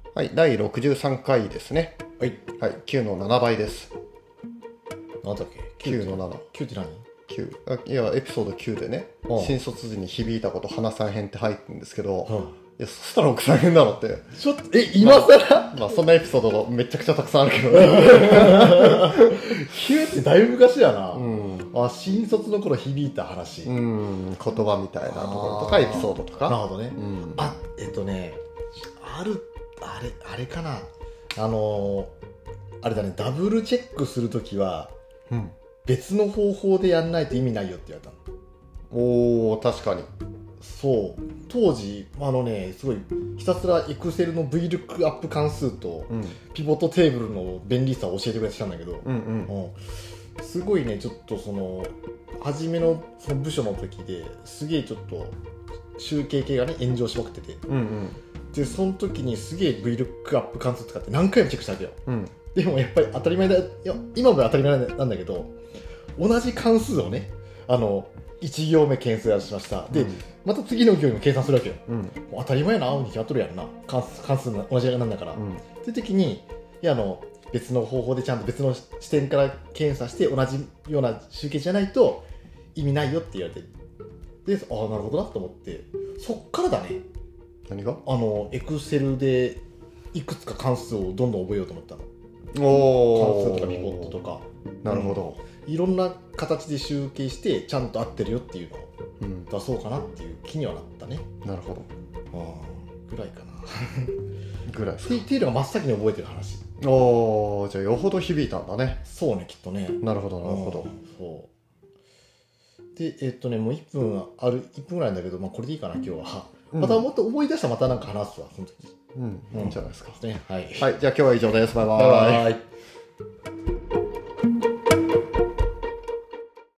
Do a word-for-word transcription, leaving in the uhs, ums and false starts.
はい、だいろくじゅうさんかいですね。 はい。 はい、きゅうのななばいです。 なんだっけきゅうのなな。 きゅうって何？ きゅう。あ、いや、エピソードきゅうでね、 うん新卒時に響いたこと花さん編って入ってるんですけど、 うんいや、そしたら奥さん編だろって。 ちょっと、え、今更まあ、そんなエピソードがめちゃくちゃたくさんあるけどね。 きゅうってだいぶ昔やな。 うん。 あ、新卒の頃響いた話。 うん、言葉みたいなところとか、 あーエピソードとか。 なるほどね。 うん。 あ、えっとね、ある、あれ、あれかな。あのー、あれだね、ダブルチェックするときは、 うん。 別の方法でやんないと意味ないよって言われたの。 おー、確かに。 そう当時あのねすごいひたすら Excel の ブイルックアップ関数とうん。 ピボットテーブルの便利さを教えてくれてたんだけど、 うんうん。 うん、すごいねちょっとその初めのその部署の時ですげえちょっと集計系がね炎上しまくってて、 うんうん。 でその時にすげえ ブイルックアップ関数使って何回もチェックしたわけよ。 うん。 でもやっぱり当たり前だいや今も当たり前なんだけど同じ関数をねあのいち行目検索しましたで、 うんまた次の行も計算するわけよ。 うん。 もう当たり前やな青に決まっとるやんな関数関数同じなんだから、 うん。 っていう時にいやあの別の方法でちゃんと別の視点から検査して同じような集計じゃないと意味ないよって言われてでああなるほどなと思ってそっからだね何が？ あのエクセルでいくつか関数をどんどん覚えようと思ったの。 おー。 関数とかピボットとかなるほど。 いろんな形で集計してちゃんと合ってるよっていうのをうん。 出そうかなっていう気にはなったね。 なるほど。 ぐらいかな。 ぐらいですか。 ってっていうのが真っ先に覚えてる話。 おー、じゃあよほど響いたんだね。 そうねきっとね。 なるほどなるほど。 うんそうでえっとねもういっぷんあるいっぷんぐらいなんだけど、まあ、これでいいかな今日は。 うんまたもっと思い出したらまたなんか話すわその時。 うん、いいんじゃないですか。 ねはい。 はい、じゃあ今日は以上です。バイババイイ。 バイ。